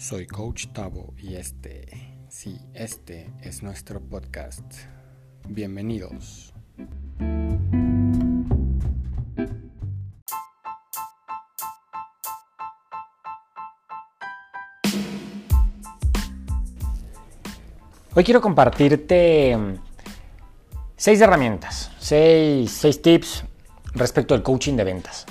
Soy Coach Tavo y este es nuestro podcast. Bienvenidos. Hoy quiero compartirte 6 herramientas, 6 tips respecto al coaching de ventas.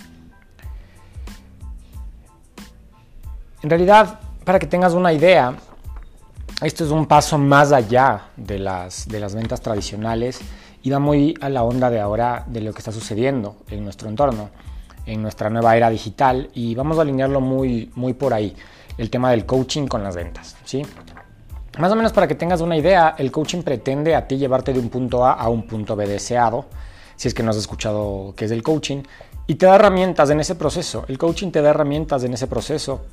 En realidad, para que tengas una idea, esto es un paso más allá de las ventas tradicionales y va muy a la onda de ahora de lo que está sucediendo en nuestro entorno, en nuestra nueva era digital, y vamos a alinearlo muy por ahí, el tema del coaching con las ventas, ¿sí? Más o menos para que tengas una idea, el coaching pretende a ti llevarte de un punto A a un punto B deseado, si es que no has escuchado qué es el coaching, y te da herramientas en ese proceso. El coaching te da herramientas en ese proceso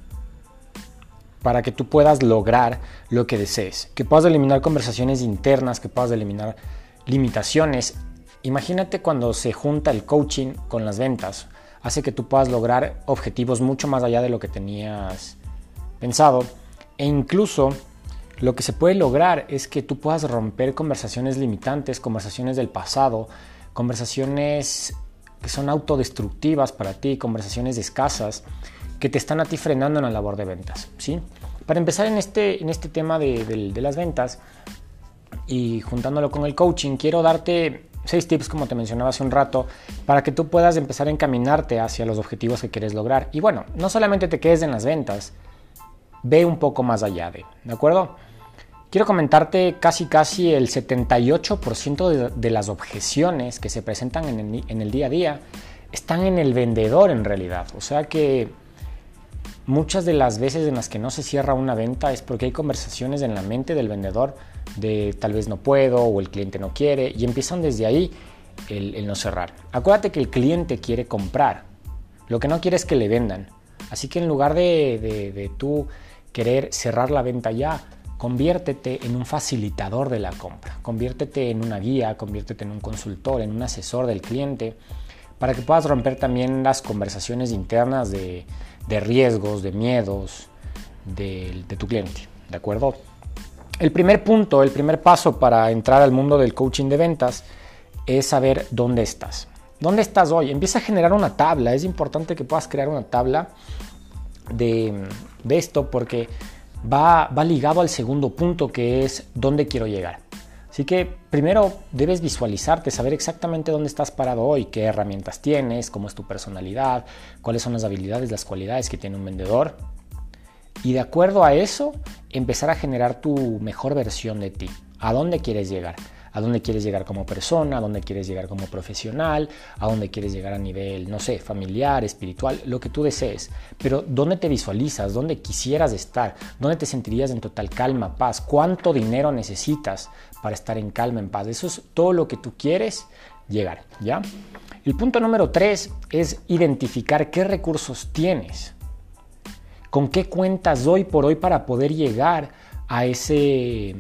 para que tú puedas lograr lo que desees, que puedas eliminar conversaciones internas, que puedas eliminar limitaciones. Imagínate cuando se junta el coaching con las ventas, hace que tú puedas lograr objetivos mucho más allá de lo que tenías pensado, e incluso lo que se puede lograr es que tú puedas romper conversaciones limitantes, conversaciones del pasado, conversaciones que son autodestructivas para ti, conversaciones escasas que te están a ti frenando en la labor de ventas, ¿sí? Para empezar en este tema de las ventas y juntándolo con el coaching, quiero darte 6 tips, como te mencionaba hace un rato, para que tú puedas empezar a encaminarte hacia los objetivos que quieres lograr. Y bueno, no solamente te quedes en las ventas, ve un poco más allá ¿de acuerdo? Quiero comentarte casi el 78% de las objeciones que se presentan en el día a día están en el vendedor en realidad. O sea que muchas de las veces en las que no se cierra una venta es porque hay conversaciones en la mente del vendedor de tal vez no puedo o el cliente no quiere, y empiezan desde ahí el no cerrar. Acuérdate que el cliente quiere comprar, lo que no quiere es que le vendan. Así que en lugar de tú querer cerrar la venta ya, conviértete en un facilitador de la compra, conviértete en una guía, conviértete en un consultor, en un asesor del cliente, para que puedas romper también las conversaciones internas de riesgos, de miedos de tu cliente, ¿de acuerdo? El primer punto, el primer paso para entrar al mundo del coaching de ventas es saber dónde estás. ¿Dónde estás hoy? Empieza a generar una tabla. Es importante que puedas crear una tabla de esto porque va ligado al segundo punto, que es dónde quiero llegar. Así que primero debes visualizarte, saber exactamente dónde estás parado hoy, qué herramientas tienes, cómo es tu personalidad, cuáles son las habilidades, las cualidades que tiene un vendedor. Y de acuerdo a eso, empezar a generar tu mejor versión de ti. ¿A dónde quieres llegar? ¿A dónde quieres llegar como persona? ¿A dónde quieres llegar como profesional? ¿A dónde quieres llegar a nivel, no sé, familiar, espiritual? Lo que tú desees. Pero ¿dónde te visualizas? ¿Dónde quisieras estar? ¿Dónde te sentirías en total calma, paz? ¿Cuánto dinero necesitas para estar en calma, en paz? Eso es todo lo que tú quieres llegar, ¿ya? El punto número 3 es identificar qué recursos tienes. ¿Con qué cuentas hoy por hoy para poder llegar a ese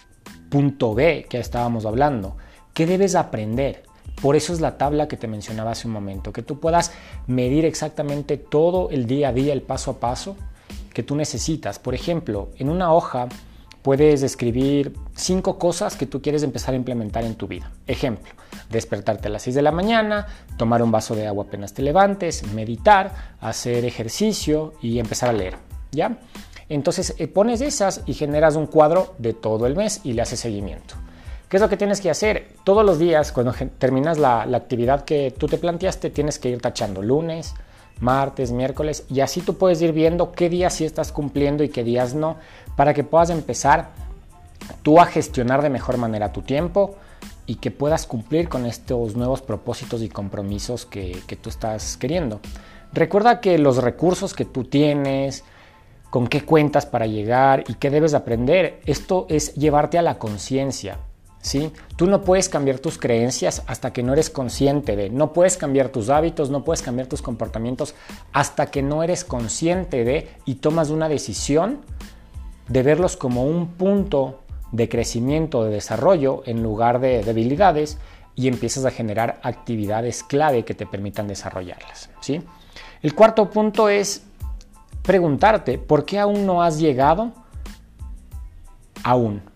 punto B que estábamos hablando? ¿Qué debes aprender? Por eso es la tabla que te mencionaba hace un momento, que tú puedas medir exactamente todo el día a día, el paso a paso que tú necesitas. Por ejemplo, en una hoja puedes escribir 5 cosas que tú quieres empezar a implementar en tu vida. Ejemplo, despertarte a las 6 de la mañana, tomar un vaso de agua apenas te levantes, meditar, hacer ejercicio y empezar a leer, ¿ya? Entonces pones esas y generas un cuadro de todo el mes y le haces seguimiento. ¿Qué es lo que tienes que hacer? Todos los días, cuando terminas la actividad que tú te planteaste, tienes que ir tachando lunes, martes, miércoles, y así tú puedes ir viendo qué días sí estás cumpliendo y qué días no, para que puedas empezar tú a gestionar de mejor manera tu tiempo y que puedas cumplir con estos nuevos propósitos y compromisos que tú estás queriendo. Recuerda que los recursos que tú tienes, con qué cuentas para llegar y qué debes aprender, esto es llevarte a la conciencia, ¿sí? Tú no puedes cambiar tus creencias hasta que no eres consciente no puedes cambiar tus hábitos, no puedes cambiar tus comportamientos hasta que no eres consciente y tomas una decisión de verlos como un punto de crecimiento, de desarrollo en lugar de debilidades, y empiezas a generar actividades clave que te permitan desarrollarlas, ¿sí? El cuarto punto es preguntarte por qué aún no has llegado aún.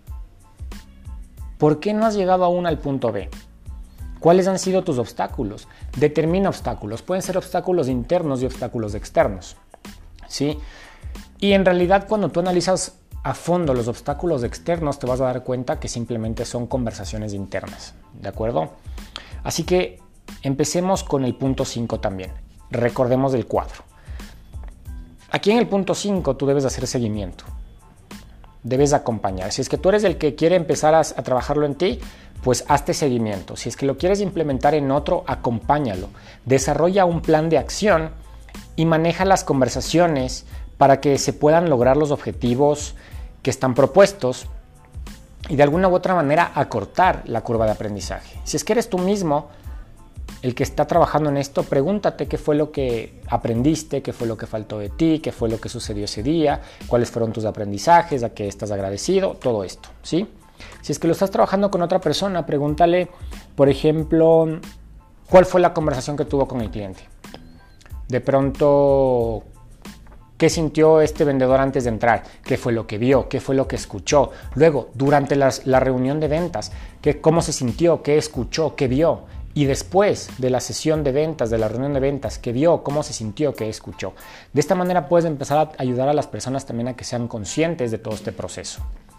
¿Por qué no has llegado aún al punto B? ¿Cuáles han sido tus obstáculos? Determina obstáculos. Pueden ser obstáculos internos y obstáculos externos, ¿sí? Y en realidad, cuando tú analizas a fondo los obstáculos externos, te vas a dar cuenta que simplemente son conversaciones internas, ¿de acuerdo? Así que empecemos con el punto 5 también. Recordemos el cuadro. Aquí en el punto 5 tú debes hacer seguimiento. Debes acompañar. Si es que tú eres el que quiere empezar a trabajarlo en ti, pues hazte seguimiento. Si es que lo quieres implementar en otro, acompáñalo. Desarrolla un plan de acción y maneja las conversaciones para que se puedan lograr los objetivos que están propuestos y de alguna u otra manera acortar la curva de aprendizaje. Si es que eres tú mismo el que está trabajando en esto, pregúntate qué fue lo que aprendiste, qué fue lo que faltó de ti, qué fue lo que sucedió ese día, cuáles fueron tus aprendizajes, a qué estás agradecido, todo esto, ¿sí? Si es que lo estás trabajando con otra persona, pregúntale, por ejemplo, cuál fue la conversación que tuvo con el cliente. De pronto, ¿qué sintió este vendedor antes de entrar? ¿Qué fue lo que vio? ¿Qué fue lo que escuchó? Luego, durante la reunión de ventas, ¿cómo se sintió? ¿Qué escuchó? ¿Qué vio? Y después de la sesión de ventas, de la reunión de ventas, ¿qué vio? ¿Cómo se sintió? ¿Qué escuchó? De esta manera puedes empezar a ayudar a las personas también a que sean conscientes de todo este proceso.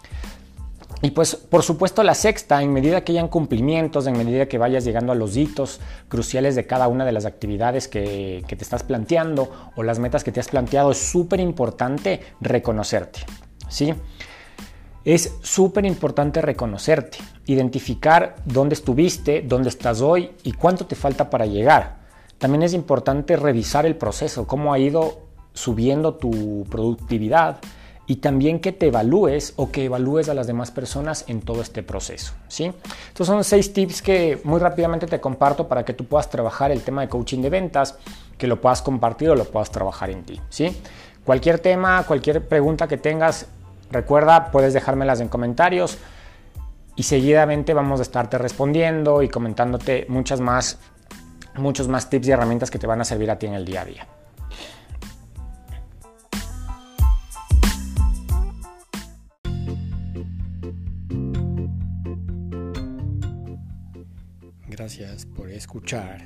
Y pues, por supuesto, la sexta, en medida que hayan cumplimientos, en medida que vayas llegando a los hitos cruciales de cada una de las actividades que te estás planteando o las metas que te has planteado, es súper importante reconocerte, ¿sí? Es súper importante reconocerte, identificar dónde estuviste, dónde estás hoy y cuánto te falta para llegar. También es importante revisar el proceso, cómo ha ido subiendo tu productividad y también que te evalúes o que evalúes a las demás personas en todo este proceso, ¿sí? Estos son 6 tips que muy rápidamente te comparto para que tú puedas trabajar el tema de coaching de ventas, que lo puedas compartir o lo puedas trabajar en ti, ¿sí? Cualquier tema, cualquier pregunta que tengas, recuerda, puedes dejármelas en comentarios y seguidamente vamos a estarte respondiendo y comentándote muchos más tips y herramientas que te van a servir a ti en el día a día. Gracias por escuchar.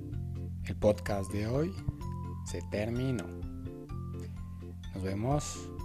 El podcast de hoy se terminó. Nos vemos